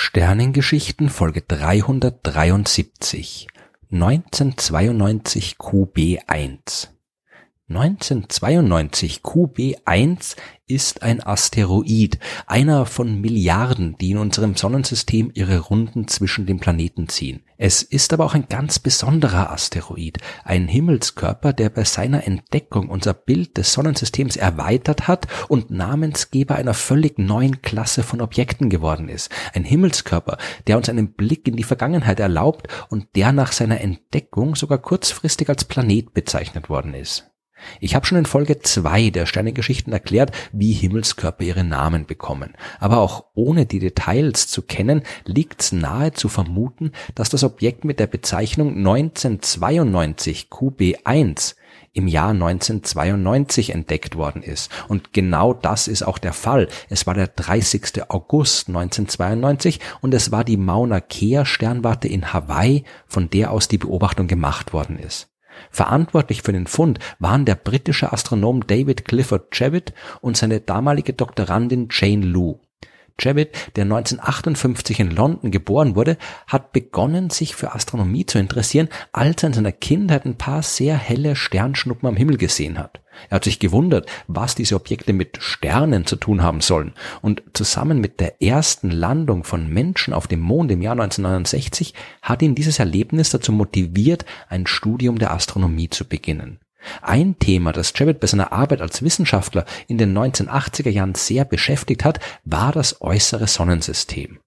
Sternengeschichten Folge 373 1992 QB1. 1992 QB1 ist ein Asteroid, einer von Milliarden, die in unserem Sonnensystem ihre Runden zwischen den Planeten ziehen. Es ist aber auch ein ganz besonderer Asteroid, ein Himmelskörper, der bei seiner Entdeckung unser Bild des Sonnensystems erweitert hat und Namensgeber einer völlig neuen Klasse von Objekten geworden ist. Ein Himmelskörper, der uns einen Blick in die Vergangenheit erlaubt und der nach seiner Entdeckung sogar kurzfristig als Planet bezeichnet worden ist. Ich habe schon in Folge 2 der Sternengeschichten erklärt, wie Himmelskörper ihre Namen bekommen. Aber auch ohne die Details zu kennen, liegt es nahe zu vermuten, dass das Objekt mit der Bezeichnung 1992 QB1 im Jahr 1992 entdeckt worden ist. Und genau das ist auch der Fall. Es war der 30. August 1992 und es war die Mauna Kea Sternwarte in Hawaii, von der aus die Beobachtung gemacht worden ist. Verantwortlich für den Fund waren der britische Astronom David Clifford Chebbitt und seine damalige Doktorandin Jane Lu. Chebbitt, der 1958 in London geboren wurde, hat begonnen, sich für Astronomie zu interessieren, als er in seiner Kindheit ein paar sehr helle Sternschnuppen am Himmel gesehen hat. Er hat sich gewundert, was diese Objekte mit Sternen zu tun haben sollen. Und zusammen mit der ersten Landung von Menschen auf dem Mond im Jahr 1969 hat ihn dieses Erlebnis dazu motiviert, ein Studium der Astronomie zu beginnen. Ein Thema, das Chebbitt bei seiner Arbeit als Wissenschaftler in den 1980er Jahren sehr beschäftigt hat, war das äußere Sonnensystem.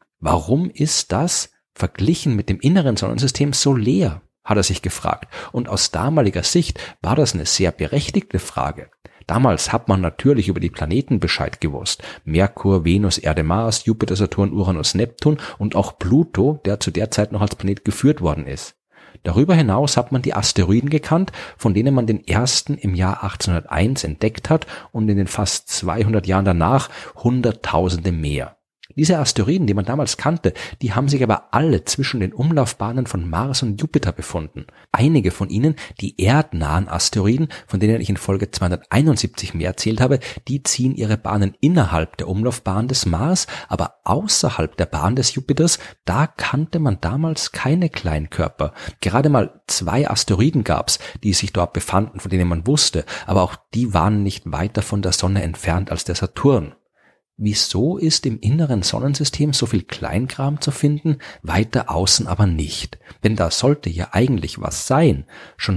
Warum ist das, verglichen mit dem inneren Sonnensystem, so leer? Hat er sich gefragt. Und aus damaliger Sicht war das eine sehr berechtigte Frage. Damals hat man natürlich über die Planeten Bescheid gewusst. Merkur, Venus, Erde, Mars, Jupiter, Saturn, Uranus, Neptun und auch Pluto, der zu der Zeit noch als Planet geführt worden ist. Darüber hinaus hat man die Asteroiden gekannt, von denen man den ersten im Jahr 1801 entdeckt hat und in den fast 200 Jahren danach Hunderttausende mehr. Diese Asteroiden, die man damals kannte, die haben sich aber alle zwischen den Umlaufbahnen von Mars und Jupiter befunden. Einige von ihnen, die erdnahen Asteroiden, von denen ich in Folge 271 mehr erzählt habe, die ziehen ihre Bahnen innerhalb der Umlaufbahn des Mars, aber außerhalb der Bahn des Jupiters, da kannte man damals keine Kleinkörper. Gerade mal 2 Asteroiden gab's, die sich dort befanden, von denen man wusste, aber auch die waren nicht weiter von der Sonne entfernt als der Saturn. Wieso ist im inneren Sonnensystem so viel Kleinkram zu finden, weiter außen aber nicht? Denn da sollte ja eigentlich was sein. Schon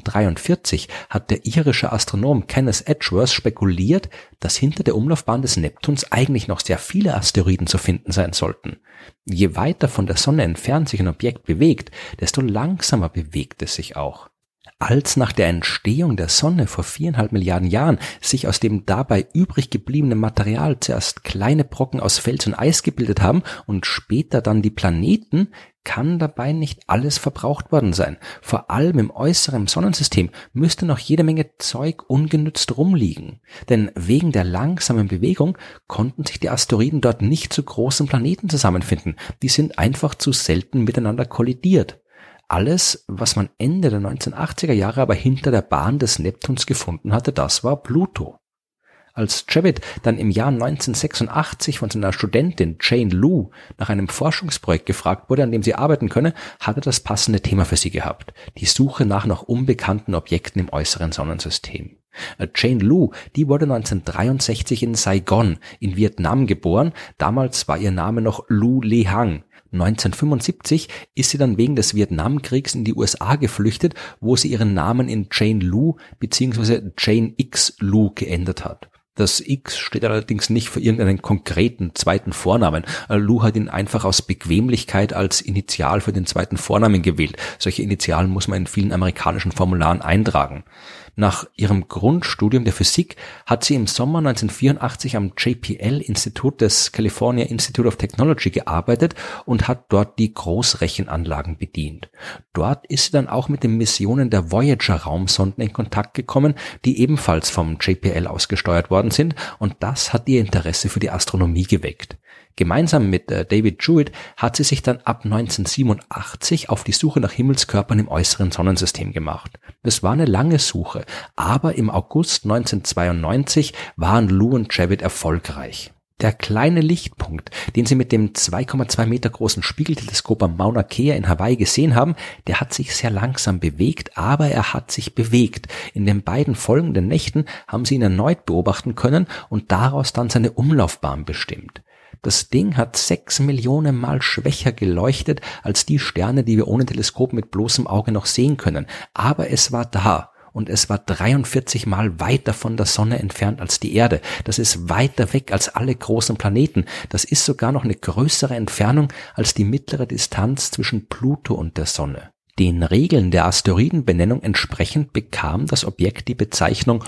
1943 hat der irische Astronom Kenneth Edgeworth spekuliert, dass hinter der Umlaufbahn des Neptuns eigentlich noch sehr viele Asteroiden zu finden sein sollten. Je weiter von der Sonne entfernt sich ein Objekt bewegt, desto langsamer bewegt es sich auch. Als nach der Entstehung der Sonne vor 4,5 Milliarden Jahren sich aus dem dabei übrig gebliebenen Material zuerst kleine Brocken aus Fels und Eis gebildet haben und später dann die Planeten, kann dabei nicht alles verbraucht worden sein. Vor allem im äußeren Sonnensystem müsste noch jede Menge Zeug ungenützt rumliegen. Denn wegen der langsamen Bewegung konnten sich die Asteroiden dort nicht zu großen Planeten zusammenfinden. Die sind einfach zu selten miteinander kollidiert. Alles, was man Ende der 1980er Jahre aber hinter der Bahn des Neptuns gefunden hatte, das war Pluto. Als Chebbitt dann im Jahr 1986 von seiner Studentin Jane Lu nach einem Forschungsprojekt gefragt wurde, an dem sie arbeiten könne, hat er das passende Thema für sie gehabt: die Suche nach noch unbekannten Objekten im äußeren Sonnensystem. Jane Lu, die wurde 1963 in Saigon in Vietnam geboren. Damals war ihr Name noch Lu Lehang. 1975 ist sie dann wegen des Vietnamkriegs in die USA geflüchtet, wo sie ihren Namen in Jane Lu bzw. Jane X Lu geändert hat. Das X steht allerdings nicht für irgendeinen konkreten zweiten Vornamen. Lu hat ihn einfach aus Bequemlichkeit als Initial für den zweiten Vornamen gewählt. Solche Initialen muss man in vielen amerikanischen Formularen eintragen. Nach ihrem Grundstudium der Physik hat sie im Sommer 1984 am JPL-Institut des California Institute of Technology gearbeitet und hat dort die Großrechenanlagen bedient. Dort ist sie dann auch mit den Missionen der Voyager-Raumsonden in Kontakt gekommen, die ebenfalls vom JPL ausgesteuert worden sind, und das hat ihr Interesse für die Astronomie geweckt. Gemeinsam mit David Jewitt hat sie sich dann ab 1987 auf die Suche nach Himmelskörpern im äußeren Sonnensystem gemacht. Das war eine lange Suche, aber im August 1992 waren Lu und Chebbitt erfolgreich. Der kleine Lichtpunkt, den Sie mit dem 2,2 Meter großen Spiegelteleskop am Mauna Kea in Hawaii gesehen haben, der hat sich sehr langsam bewegt, aber er hat sich bewegt. In den beiden folgenden Nächten haben Sie ihn erneut beobachten können und daraus dann seine Umlaufbahn bestimmt. Das Ding hat 6 Millionen Mal schwächer geleuchtet als die Sterne, die wir ohne Teleskop mit bloßem Auge noch sehen können. Aber es war da. Und es war 43 Mal weiter von der Sonne entfernt als die Erde. Das ist weiter weg als alle großen Planeten. Das ist sogar noch eine größere Entfernung als die mittlere Distanz zwischen Pluto und der Sonne. Den Regeln der Asteroidenbenennung entsprechend bekam das Objekt die Bezeichnung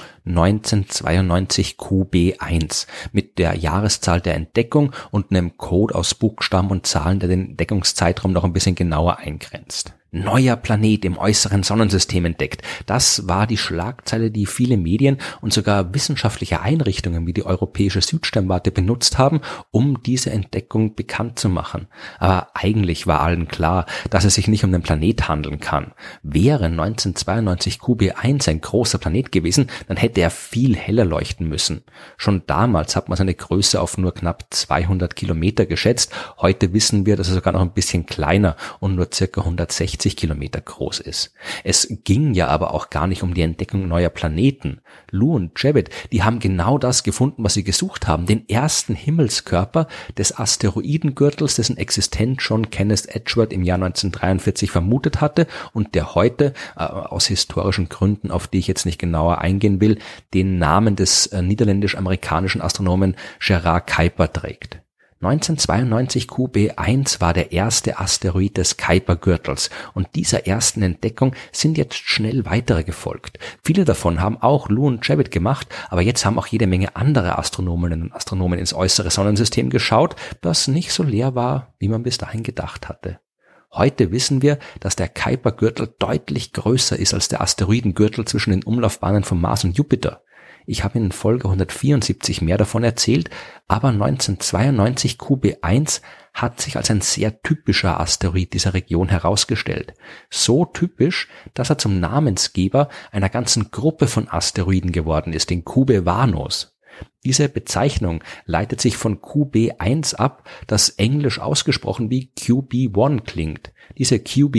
1992 QB1 mit der Jahreszahl der Entdeckung und einem Code aus Buchstaben und Zahlen, der den Entdeckungszeitraum noch ein bisschen genauer eingrenzt. Neuer Planet im äußeren Sonnensystem entdeckt. Das war die Schlagzeile, die viele Medien und sogar wissenschaftliche Einrichtungen wie die Europäische Südsternwarte benutzt haben, um diese Entdeckung bekannt zu machen. Aber eigentlich war allen klar, dass es sich nicht um einen Planet handeln kann. Wäre 1992 QB1 ein großer Planet gewesen, dann hätte er viel heller leuchten müssen. Schon damals hat man seine Größe auf nur knapp 200 Kilometer geschätzt. Heute wissen wir, dass er sogar noch ein bisschen kleiner und nur circa 160 Kilometer groß ist. Es ging ja aber auch gar nicht um die Entdeckung neuer Planeten. Lou und Jebet, die haben genau das gefunden, was sie gesucht haben, den ersten Himmelskörper des Asteroidengürtels, dessen Existenz schon Kenneth Edgeworth im Jahr 1943 vermutet hatte und der heute, aus historischen Gründen, auf die ich jetzt nicht genauer eingehen will, den Namen des niederländisch-amerikanischen Astronomen Gerard Kuiper trägt. 1992 QB1 war der erste Asteroid des Kuiper-Gürtels und dieser ersten Entdeckung sind jetzt schnell weitere gefolgt. Viele davon haben auch Lou und Jebet gemacht, aber jetzt haben auch jede Menge andere Astronominnen und Astronomen ins äußere Sonnensystem geschaut, das nicht so leer war, wie man bis dahin gedacht hatte. Heute wissen wir, dass der Kuiper-Gürtel deutlich größer ist als der Asteroidengürtel zwischen den Umlaufbahnen von Mars und Jupiter. Ich habe in Folge 174 mehr davon erzählt, aber 1992 QB1 hat sich als ein sehr typischer Asteroid dieser Region herausgestellt. So typisch, dass er zum Namensgeber einer ganzen Gruppe von Asteroiden geworden ist, den Cubewanos. Diese Bezeichnung leitet sich von QB1 ab, das englisch ausgesprochen wie QB1 klingt. Diese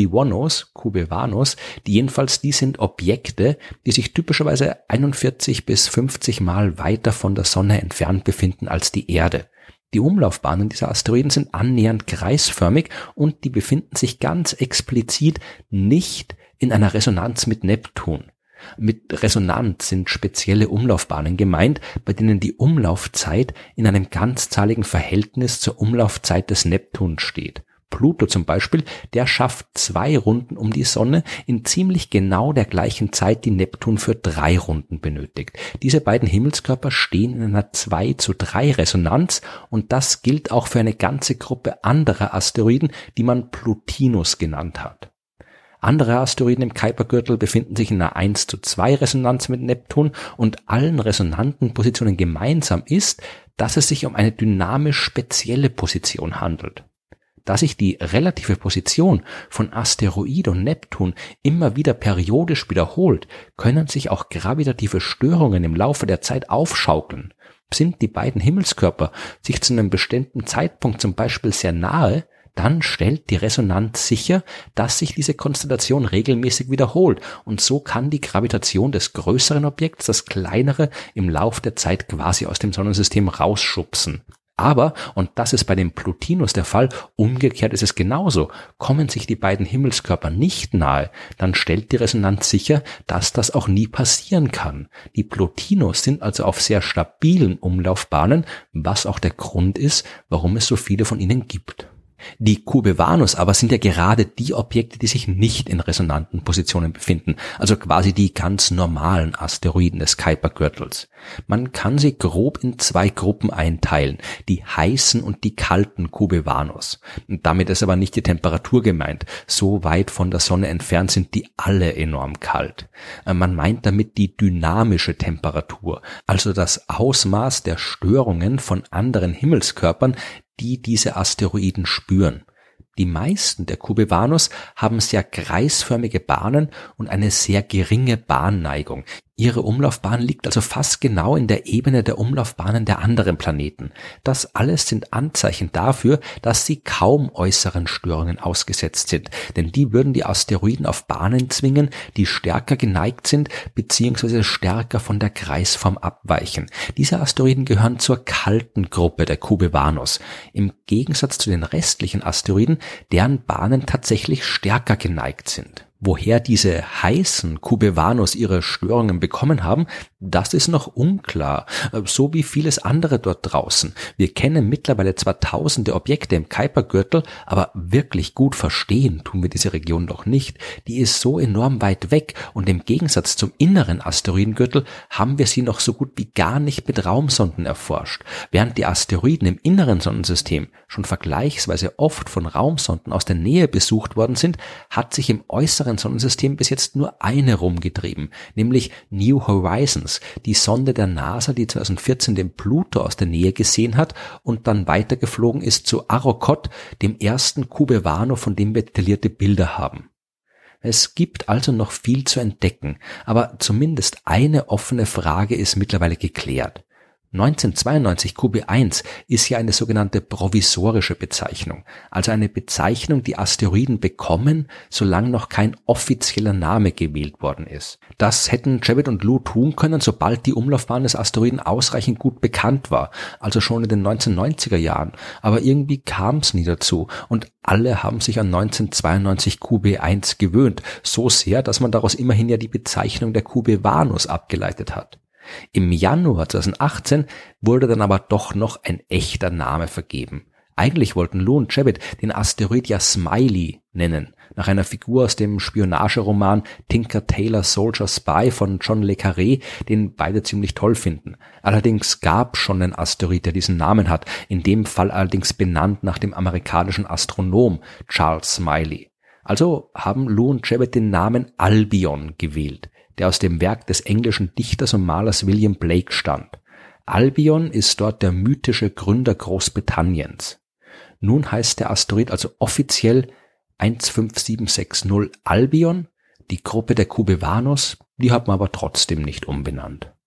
Cubewanos, die sind Objekte, die sich typischerweise 41 bis 50 Mal weiter von der Sonne entfernt befinden als die Erde. Die Umlaufbahnen dieser Asteroiden sind annähernd kreisförmig und die befinden sich ganz explizit nicht in einer Resonanz mit Neptun. Mit Resonanz sind spezielle Umlaufbahnen gemeint, bei denen die Umlaufzeit in einem ganzzahligen Verhältnis zur Umlaufzeit des Neptuns steht. Pluto zum Beispiel, der schafft 2 Runden um die Sonne in ziemlich genau der gleichen Zeit, die Neptun für 3 Runden benötigt. Diese beiden Himmelskörper stehen in einer 2:3 Resonanz und das gilt auch für eine ganze Gruppe anderer Asteroiden, die man Plotinus genannt hat. Andere Asteroiden im Kuipergürtel befinden sich in einer 1:2 Resonanz mit Neptun und allen resonanten Positionen gemeinsam ist, dass es sich um eine dynamisch spezielle Position handelt. Da sich die relative Position von Asteroid und Neptun immer wieder periodisch wiederholt, können sich auch gravitative Störungen im Laufe der Zeit aufschaukeln. Sind die beiden Himmelskörper sich zu einem bestimmten Zeitpunkt zum Beispiel sehr nahe, dann stellt die Resonanz sicher, dass sich diese Konstellation regelmäßig wiederholt und so kann die Gravitation des größeren Objekts das kleinere im Lauf der Zeit quasi aus dem Sonnensystem rausschubsen. Aber, und das ist bei dem Plotinus der Fall, umgekehrt ist es genauso, kommen sich die beiden Himmelskörper nicht nahe, dann stellt die Resonanz sicher, dass das auch nie passieren kann. Die Plotinus sind also auf sehr stabilen Umlaufbahnen, was auch der Grund ist, warum es so viele von ihnen gibt. Die Cubewanos aber sind ja gerade die Objekte, die sich nicht in resonanten Positionen befinden, also quasi die ganz normalen Asteroiden des Kuipergürtels. Man kann sie grob in 2 Gruppen einteilen, die heißen und die kalten Cubewanos. Und damit ist aber nicht die Temperatur gemeint, so weit von der Sonne entfernt sind die alle enorm kalt. Man meint damit die dynamische Temperatur, also das Ausmaß der Störungen von anderen Himmelskörpern, die diese Asteroiden spüren. Die meisten der Cubewanos haben sehr kreisförmige Bahnen und eine sehr geringe Bahnneigung. Ihre Umlaufbahn liegt also fast genau in der Ebene der Umlaufbahnen der anderen Planeten. Das alles sind Anzeichen dafür, dass sie kaum äußeren Störungen ausgesetzt sind, denn die würden die Asteroiden auf Bahnen zwingen, die stärker geneigt sind bzw. stärker von der Kreisform abweichen. Diese Asteroiden gehören zur kalten Gruppe der Cubevanos, im Gegensatz zu den restlichen Asteroiden, deren Bahnen tatsächlich stärker geneigt sind. Woher diese heißen Cubevanos ihre Störungen bekommen haben, das ist noch unklar, so wie vieles andere dort draußen. Wir kennen mittlerweile zwar tausende Objekte im Kuipergürtel, aber wirklich gut verstehen tun wir diese Region doch nicht. Die ist so enorm weit weg und im Gegensatz zum inneren Asteroidengürtel haben wir sie noch so gut wie gar nicht mit Raumsonden erforscht. Während die Asteroiden im inneren Sonnensystem schon vergleichsweise oft von Raumsonden aus der Nähe besucht worden sind, hat sich im äußeren Sonnensystem bis jetzt nur eine rumgetrieben, nämlich New Horizons, die Sonde der NASA, die 2014 den Pluto aus der Nähe gesehen hat und dann weitergeflogen ist zu Arrokoth, dem ersten Cubevano, von dem wir detaillierte Bilder haben. Es gibt also noch viel zu entdecken, aber zumindest eine offene Frage ist mittlerweile geklärt. 1992 Cube-1 ist ja eine sogenannte provisorische Bezeichnung, also eine Bezeichnung, die Asteroiden bekommen, solange noch kein offizieller Name gewählt worden ist. Das hätten Chevitt und Lu tun können, sobald die Umlaufbahn des Asteroiden ausreichend gut bekannt war, also schon in den 1990er Jahren, aber irgendwie kam es nie dazu und alle haben sich an 1992 Cube-1 gewöhnt, so sehr, dass man daraus immerhin ja die Bezeichnung der Cubevanos abgeleitet hat. Im Januar 2018 wurde dann aber doch noch ein echter Name vergeben. Eigentlich wollten Lu und Chevitt den Asteroid ja Smiley nennen, nach einer Figur aus dem Spionageroman Tinker Tailor Soldier Spy von John le Carré, den beide ziemlich toll finden. Allerdings gab schon einen Asteroid, der diesen Namen hat, in dem Fall allerdings benannt nach dem amerikanischen Astronom Charles Smiley. Also haben Lu und Chevitt den Namen Albion gewählt, der aus dem Werk des englischen Dichters und Malers William Blake stammt. Albion ist dort der mythische Gründer Großbritanniens. Nun heißt der Asteroid also offiziell 15760 Albion, die Gruppe der Cubevanos, die hat man aber trotzdem nicht umbenannt.